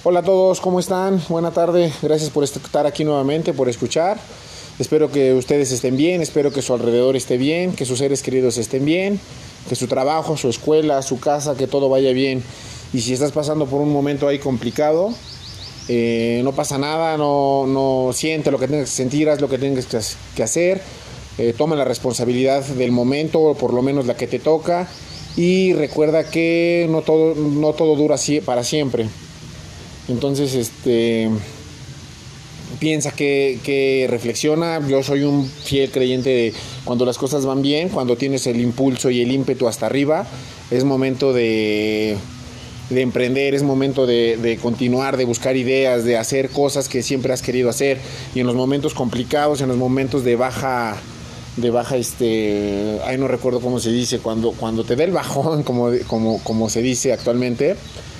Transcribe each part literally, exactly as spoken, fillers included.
Hola a todos, ¿cómo están? Buena tarde, gracias por estar aquí nuevamente, por escuchar. Espero que ustedes estén bien, espero que su alrededor esté bien, que sus seres queridos estén bien, que su trabajo, su escuela, su casa, que todo vaya bien. Y si estás pasando por un momento ahí complicado, eh, no pasa nada, no, no siente lo que tengas que sentir, haz lo que tengas que hacer, eh, toma la responsabilidad del momento, o por lo menos la que te toca, y recuerda que no todo, no todo dura para siempre. Entonces, este, piensa que, que reflexiona. Yo soy un fiel creyente de cuando las cosas van bien, cuando tienes el impulso y el ímpetu hasta arriba, es momento de, de emprender, es momento de, de continuar, de buscar ideas, de hacer cosas que siempre has querido hacer. Y en los momentos complicados, en los momentos de baja, de baja, este, ay, no recuerdo cómo se dice, cuando, cuando te da el bajón, como, como, como se dice actualmente.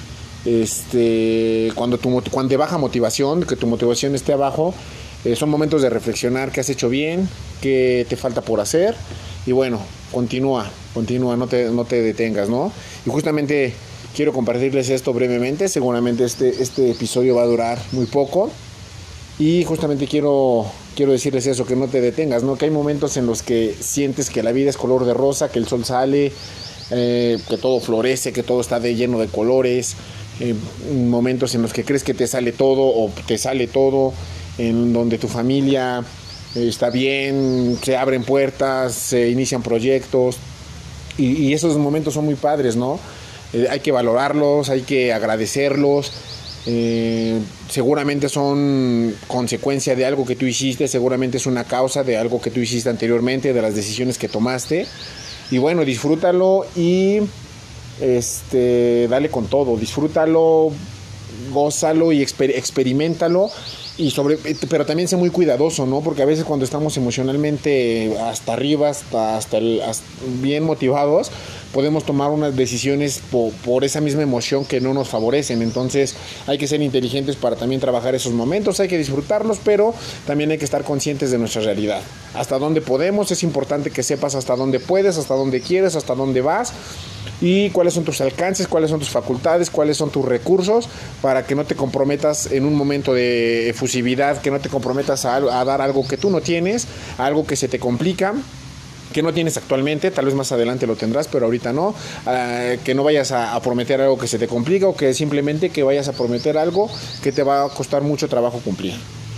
Este, cuando tu cuando te baja motivación, que tu motivación esté abajo, eh, son momentos de reflexionar qué has hecho bien, qué te falta por hacer, y bueno, continúa, continúa, no te, no te detengas, ¿no? Y justamente quiero compartirles esto brevemente. Seguramente este, este episodio va a durar muy poco, y justamente quiero, quiero decirles eso, que no te detengas, ¿no? Que hay momentos en los que sientes que la vida es color de rosa, que el sol sale, eh, que todo florece, que todo está de, lleno de colores. Eh, momentos en los que crees que te sale todo o te sale todo, en donde tu familia eh, está bien, se abren puertas, se inician proyectos, y, y esos momentos son muy padres, ¿no? Eh, hay que valorarlos, hay que agradecerlos. Eh, seguramente son consecuencia de algo que tú hiciste, seguramente es una causa de algo que tú hiciste anteriormente, de las decisiones que tomaste, y bueno, disfrútalo y Este, dale con todo, disfrútalo, gózalo y exper- experimentalo, y sobre, pero también sé muy cuidadoso, ¿no? Porque a veces cuando estamos emocionalmente hasta arriba, hasta, hasta, el, hasta bien motivados, podemos tomar unas decisiones por, por esa misma emoción que no nos favorecen. Entonces hay que ser inteligentes para también trabajar esos momentos, hay que disfrutarlos, pero también hay que estar conscientes de nuestra realidad. Hasta dónde podemos, es importante que sepas hasta dónde puedes, hasta dónde quieres, hasta dónde vas, y cuáles son tus alcances, cuáles son tus facultades, cuáles son tus recursos, para que no te comprometas en un momento de efusividad, que no te comprometas a, a dar algo que tú no tienes, a algo que se te complica, que no tienes actualmente. Tal vez más adelante lo tendrás, pero ahorita no. Uh, que no vayas a, a prometer algo que se te complica, o que simplemente que vayas a prometer algo que te va a costar mucho trabajo cumplir.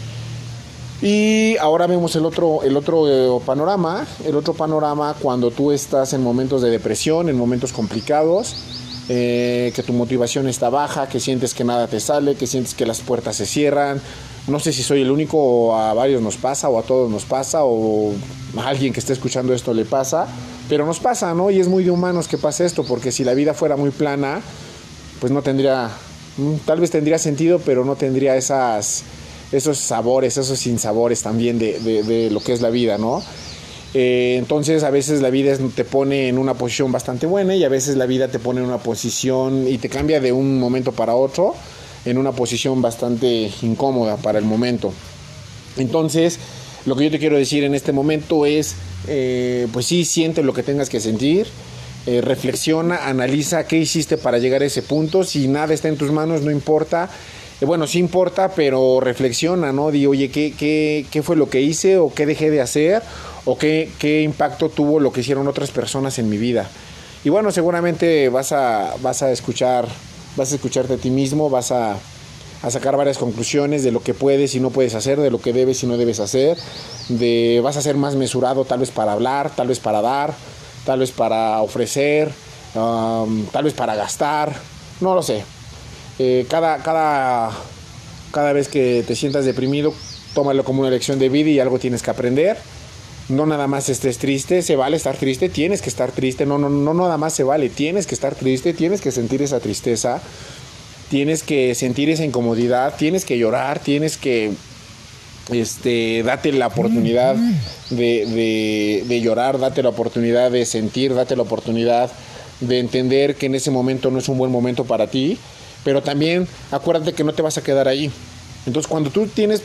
Y ahora vemos el otro, el otro eh, panorama, el otro panorama cuando tú estás en momentos de depresión, en momentos complicados, eh, que tu motivación está baja, que sientes que nada te sale, que sientes que las puertas se cierran. No sé si soy el único, o a varios nos pasa, o a todos nos pasa, o a alguien que esté escuchando esto le pasa, pero nos pasa, ¿no? Y es muy de humanos que pase esto, porque si la vida fuera muy plana, pues no tendría, tal vez tendría sentido, pero no tendría esas... esos sabores, esos sinsabores también de, de, de lo que es la vida, ¿no? Eh, entonces a veces la vida te pone en una posición bastante buena, y a veces la vida te pone en una posición y te cambia de un momento para otro en una posición bastante incómoda para el momento. Entonces lo que yo te quiero decir en este momento es, eh, pues sí, siente lo que tengas que sentir, eh, reflexiona, analiza qué hiciste para llegar a ese punto. Si nada está en tus manos, no importa. Bueno, sí importa, pero reflexiona, ¿no? Di, oye, ¿qué, qué, qué fue lo que hice, o qué dejé de hacer, o qué, qué impacto tuvo lo que hicieron otras personas en mi vida? Y bueno, seguramente vas a, vas a escuchar, vas a escucharte a ti mismo, vas a, a sacar varias conclusiones de lo que puedes y no puedes hacer, de lo que debes y no debes hacer, de, vas a ser más mesurado, tal vez para hablar, tal vez para dar, tal vez para ofrecer, um, tal vez para gastar, no lo sé. Eh, cada, cada, cada vez que te sientas deprimido, tómalo como una lección de vida y algo tienes que aprender. No nada más estés triste, se vale estar triste, tienes que estar triste, no, no, no nada más se vale, tienes que estar triste, tienes que sentir esa tristeza, tienes que sentir esa incomodidad, tienes que llorar, tienes que este, date la oportunidad de, de, de llorar, date la oportunidad de sentir, date la oportunidad de entender que en ese momento no es un buen momento para ti. Pero también acuérdate que no te vas a quedar ahí. Entonces cuando tú tienes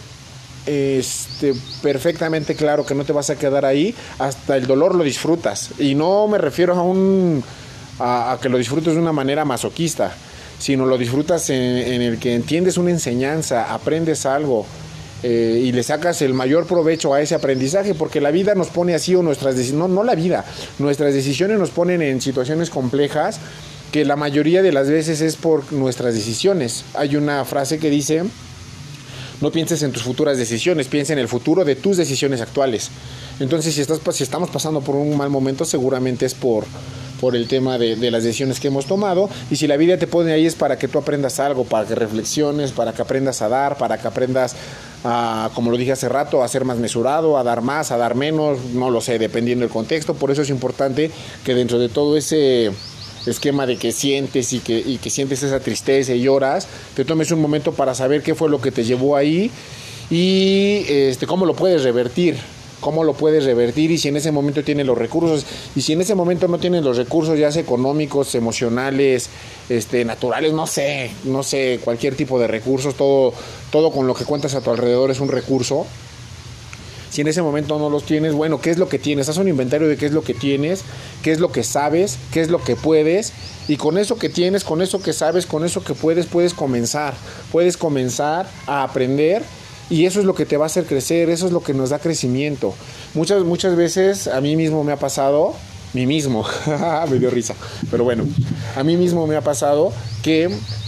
este, perfectamente claro que no te vas a quedar ahí, hasta el dolor lo disfrutas. Y no me refiero a, un, a, a que lo disfrutes de una manera masoquista, sino lo disfrutas en, en el que entiendes una enseñanza, aprendes algo, eh, y le sacas el mayor provecho a ese aprendizaje, porque la vida nos pone así, o nuestras decisiones, no, no la vida, nuestras decisiones nos ponen en situaciones complejas, que la mayoría de las veces es por nuestras decisiones. Hay una frase que dice: no pienses en tus futuras decisiones, piensa en el futuro de tus decisiones actuales. Entonces, si, estás, si estamos pasando por un mal momento, seguramente es por, por el tema de, de las decisiones que hemos tomado. Y si la vida te pone ahí, es para que tú aprendas algo, para que reflexiones, para que aprendas a dar, para que aprendas a, como lo dije hace rato, a ser más mesurado, a dar más, a dar menos, no lo sé, dependiendo del contexto. Por eso es importante que dentro de todo ese esquema de que sientes y que, y que sientes esa tristeza y lloras, te tomes un momento para saber qué fue lo que te llevó ahí y este, cómo lo puedes revertir, cómo lo puedes revertir y si en ese momento tienes los recursos, y si en ese momento no tienes los recursos, ya sea económicos, emocionales, este, naturales, no sé, no sé, cualquier tipo de recursos, todo, todo con lo que cuentas a tu alrededor es un recurso. Si en ese momento no los tienes, bueno, ¿qué es lo que tienes? Haz un inventario de qué es lo que tienes, qué es lo que sabes, qué es lo que puedes. Y con eso que tienes, con eso que sabes, con eso que puedes, puedes comenzar. Puedes comenzar a aprender y eso es lo que te va a hacer crecer, eso es lo que nos da crecimiento. Muchas, muchas veces a mí mismo me ha pasado, mí mismo, me dio risa, pero bueno, a mí mismo me ha pasado que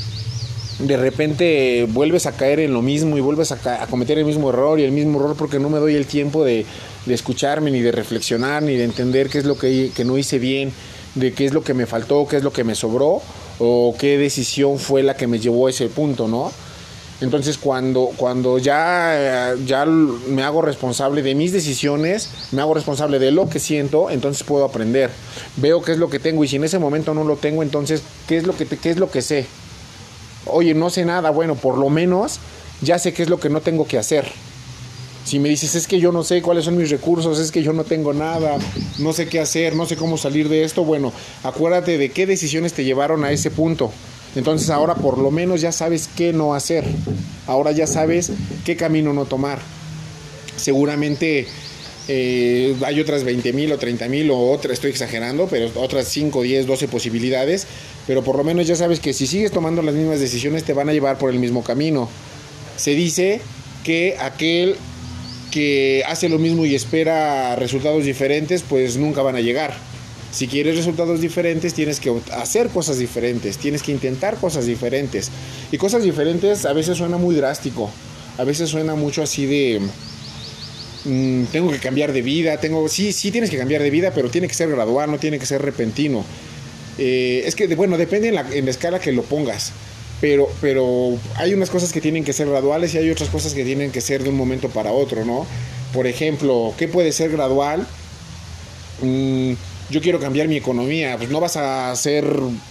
de repente vuelves a caer en lo mismo y vuelves a, ca- a cometer el mismo error y el mismo error porque no me doy el tiempo de, de escucharme, ni de reflexionar, ni de entender qué es lo que, que no hice bien, de qué es lo que me faltó, qué es lo que me sobró o qué decisión fue la que me llevó a ese punto, ¿no? Entonces cuando, cuando ya, ya me hago responsable de mis decisiones, me hago responsable de lo que siento, entonces puedo aprender. Veo qué es lo que tengo y si en ese momento no lo tengo, entonces ¿qué es lo que, te, qué es lo que sé? Oye, no sé nada, bueno, por lo menos ya sé qué es lo que no tengo que hacer. Si me dices, es que yo no sé cuáles son mis recursos, es que yo no tengo nada, no sé qué hacer, no sé cómo salir de esto, bueno, acuérdate de qué decisiones te llevaron a ese punto. Entonces ahora por lo menos ya sabes qué no hacer. Ahora ya sabes qué camino no tomar. Seguramente eh, hay otras veinte mil o treinta mil o otras, estoy exagerando, pero otras cinco, diez, doce posibilidades. Pero por lo menos ya sabes que si sigues tomando las mismas decisiones te van a llevar por el mismo camino. Se dice que aquel que hace lo mismo y espera resultados diferentes, pues nunca van a llegar. Si quieres resultados diferentes, tienes que hacer cosas diferentes, tienes que intentar cosas diferentes. Y cosas diferentes a veces suena muy drástico, a veces suena mucho así de... Mmm, tengo que cambiar de vida, tengo... Sí, sí tienes que cambiar de vida, pero tiene que ser gradual, no tiene que ser repentino. Eh, es que, bueno, depende en la, en la escala que lo pongas. Pero, pero hay unas cosas que tienen que ser graduales y hay otras cosas que tienen que ser de un momento para otro, ¿no? Por ejemplo, ¿qué puede ser gradual? Mm, yo quiero cambiar mi economía. Pues no vas a hacer...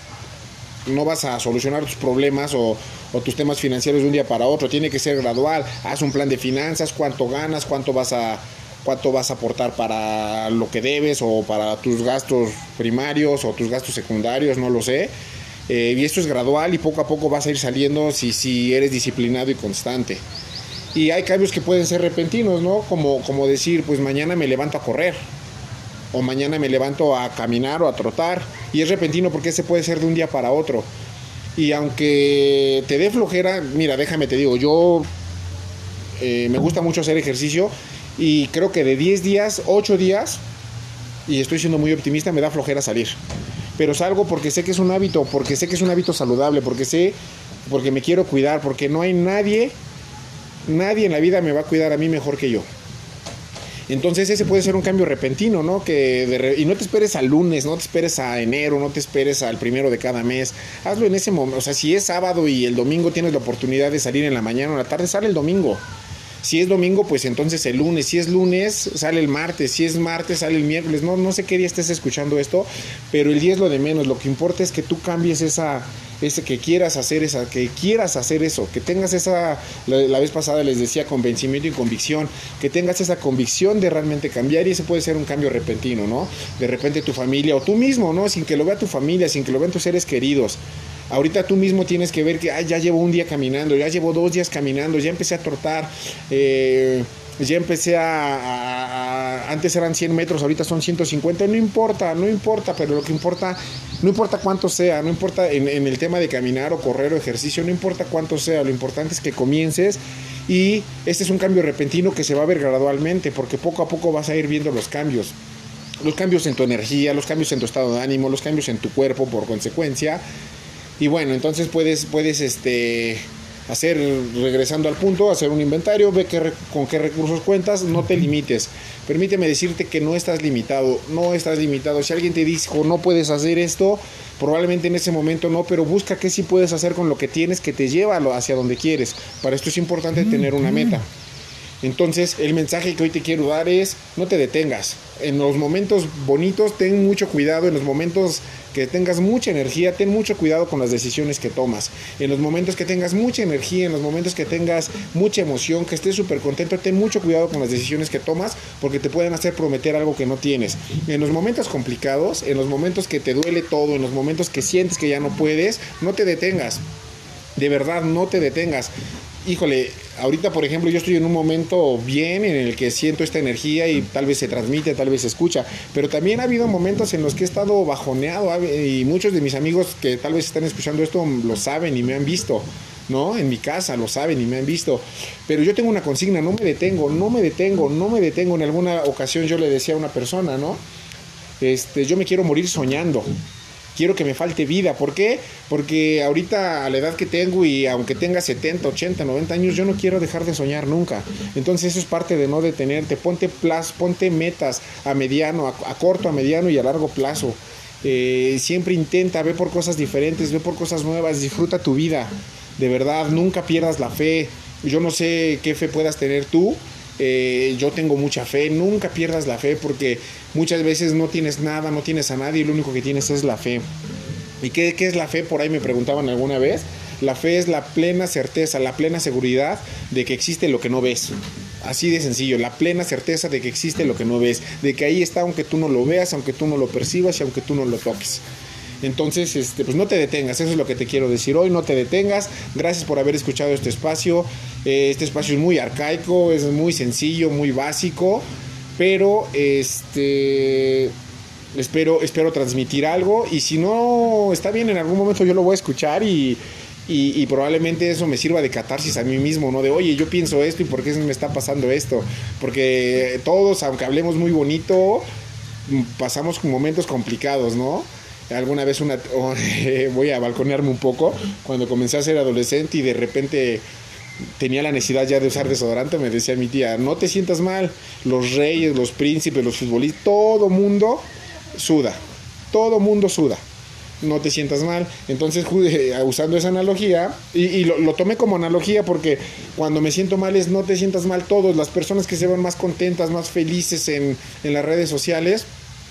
No vas a solucionar tus problemas o, o tus temas financieros de un día para otro. Tiene que ser gradual. Haz un plan de finanzas, cuánto ganas, cuánto vas a... cuánto vas a aportar para lo que debes o para tus gastos primarios o tus gastos secundarios, no lo sé. Eh, y esto es gradual y poco a poco vas a ir saliendo si, si eres disciplinado y constante. Y hay cambios que pueden ser repentinos, ¿no? Como, como decir, pues mañana me levanto a correr o mañana me levanto a caminar o a trotar. Y es repentino porque ese puede ser de un día para otro. Y aunque te dé flojera, mira, déjame te digo, yo eh, me gusta mucho hacer ejercicio. Y creo que de diez días, ocho días, y estoy siendo muy optimista, me da flojera salir. Pero salgo porque sé que es un hábito, porque sé que es un hábito saludable, porque sé, porque me quiero cuidar, porque no hay nadie, nadie en la vida me va a cuidar a mí mejor que yo. Entonces ese puede ser un cambio repentino, ¿no? Que de re... Y no te esperes al lunes, no te esperes a enero, no te esperes al primero de cada mes. Hazlo en ese momento. O sea, si es sábado y el domingo tienes la oportunidad de salir en la mañana o en la tarde, sale el domingo. Si es domingo, pues entonces el lunes. Si es lunes, sale el martes. Si es martes, sale el miércoles. No, no sé qué día estés escuchando esto, pero el día es lo de menos. Lo que importa es que tú cambies esa, ese que quieras hacer esa, que quieras hacer eso, que tengas esa, la, la vez pasada les decía convencimiento y convicción, que tengas esa convicción de realmente cambiar y ese puede ser un cambio repentino, ¿no? De repente tu familia o tú mismo, ¿no? Sin que lo vea tu familia, sin que lo vean tus seres queridos. Ahorita tú mismo tienes que ver que ay, ya llevo un día caminando, ya llevo dos días caminando, ya empecé a trotar, eh, ya empecé a, a, a, antes eran cien metros, ahorita son ciento cincuenta, no importa, no importa, pero lo que importa, no importa cuánto sea, no importa en, en el tema de caminar o correr o ejercicio, no importa cuánto sea, lo importante es que comiences. Y este es un cambio repentino que se va a ver gradualmente, porque poco a poco vas a ir viendo los cambios. Los cambios en tu energía, los cambios en tu estado de ánimo, los cambios en tu cuerpo por consecuencia. Y bueno, entonces puedes, puedes este, hacer, regresando al punto, hacer un inventario, ve qué, con qué recursos cuentas, no te limites. Permíteme decirte que no estás limitado, no estás limitado. Si alguien te dijo no puedes hacer esto, probablemente en ese momento no, pero busca qué sí puedes hacer con lo que tienes que te lleva hacia donde quieres. Para esto es importante tener una meta. Entonces, el mensaje que hoy te quiero dar es, no te detengas. En los momentos bonitos, ten mucho cuidado. En los momentos que tengas mucha energía, ten mucho cuidado con las decisiones que tomas. En los momentos que tengas mucha energía, en los momentos que tengas mucha emoción, que estés súper contento, ten mucho cuidado con las decisiones que tomas, porque te pueden hacer prometer algo que no tienes. En los momentos complicados, en los momentos que te duele todo, en los momentos que sientes que ya no puedes, no te detengas. De verdad, no te detengas. Híjole, ahorita por ejemplo yo estoy en un momento bien en el que siento esta energía y tal vez se transmite, tal vez se escucha, pero también ha habido momentos en los que he estado bajoneado y muchos de mis amigos que tal vez están escuchando esto lo saben y me han visto, ¿no? En mi casa lo saben y me han visto, pero yo tengo una consigna, no me detengo, no me detengo, no me detengo. En alguna ocasión yo le decía a una persona, ¿no? Este, yo me quiero morir soñando. Quiero que me falte vida. ¿Por qué? Porque ahorita a la edad que tengo y aunque tenga setenta, ochenta, noventa años, yo no quiero dejar de soñar nunca. Entonces eso es parte de no detenerte. Ponte, plazo, ponte metas a mediano, a, a corto, a mediano y a largo plazo. Eh, siempre intenta, ve por cosas diferentes, ve por cosas nuevas, disfruta tu vida. De verdad, nunca pierdas la fe. Yo no sé qué fe puedas tener tú. Eh, yo tengo mucha fe. Nunca pierdas la fe, porque muchas veces no tienes nada, no tienes a nadie y lo único que tienes es la fe. ¿Y qué, qué es la fe? Por ahí me preguntaban alguna vez. La fe es la plena certeza, la plena seguridad de que existe lo que no ves. Así de sencillo, la plena certeza de que existe lo que no ves, de que ahí está aunque tú no lo veas, aunque tú no lo percibas y aunque tú no lo toques. Entonces, este, pues no te detengas, eso es lo que te quiero decir hoy, no te detengas. Gracias por haber escuchado este espacio. Eh, este espacio es muy arcaico, es muy sencillo, muy básico, pero este espero, espero transmitir algo, y si no está bien, en algún momento yo lo voy a escuchar y, y, y probablemente eso me sirva de catarsis a mí mismo, ¿no? De, oye, yo pienso esto y ¿por qué me está pasando esto? Porque todos, aunque hablemos muy bonito, pasamos momentos complicados, ¿no? Alguna vez una oh, voy a balconearme un poco. Cuando comencé a ser adolescente y de repente tenía la necesidad ya de usar desodorante, me decía mi tía, no te sientas mal, los reyes, los príncipes, los futbolistas, todo mundo suda, todo mundo suda, no te sientas mal. Entonces, usando esa analogía, y, y lo, lo tomé como analogía porque cuando me siento mal es no te sientas mal todos. Las personas que se ven más contentas, más felices en, en las redes sociales,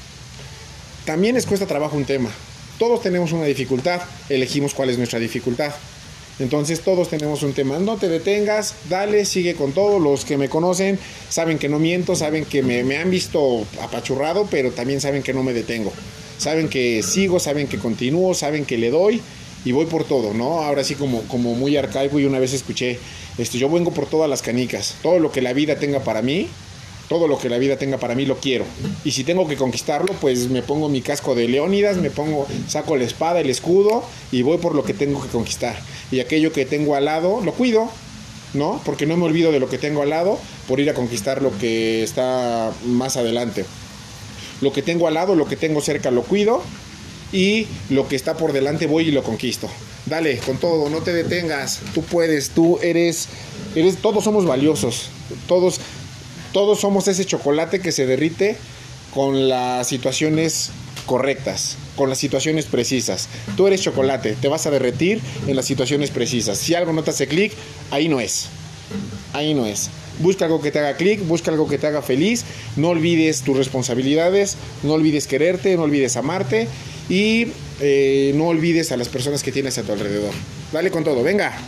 también les cuesta trabajo un tema. Todos tenemos una dificultad, elegimos cuál es nuestra dificultad. Entonces todos tenemos un tema. No te detengas, dale, sigue con todo. Los que me conocen saben que no miento, saben que me, me han visto apachurrado, pero también saben que no me detengo. Saben que sigo, saben que continúo, saben que le doy y voy por todo, ¿no? Ahora sí, como, como muy arcaico, y una vez escuché, este, yo vengo por todas las canicas. Todo lo que la vida tenga para mí, todo lo que la vida tenga para mí lo quiero. Y si tengo que conquistarlo, pues me pongo mi casco de Leónidas, me pongo, saco la espada, el escudo y voy por lo que tengo que conquistar. Y aquello que tengo al lado, lo cuido, ¿no? Porque no me olvido de lo que tengo al lado por ir a conquistar lo que está más adelante. Lo que tengo al lado, lo que tengo cerca, lo cuido. Y lo que está por delante voy y lo conquisto. Dale, con todo, no te detengas. Tú puedes, tú eres, eres, todos somos valiosos. Todos... Todos somos ese chocolate que se derrite con las situaciones correctas, con las situaciones precisas. Tú eres chocolate, te vas a derretir en las situaciones precisas. Si algo no te hace clic, ahí no es. Ahí no es. Busca algo que te haga clic, busca algo que te haga feliz. No olvides tus responsabilidades, no olvides quererte, no olvides amarte y eh, no olvides a las personas que tienes a tu alrededor. Dale con todo, venga.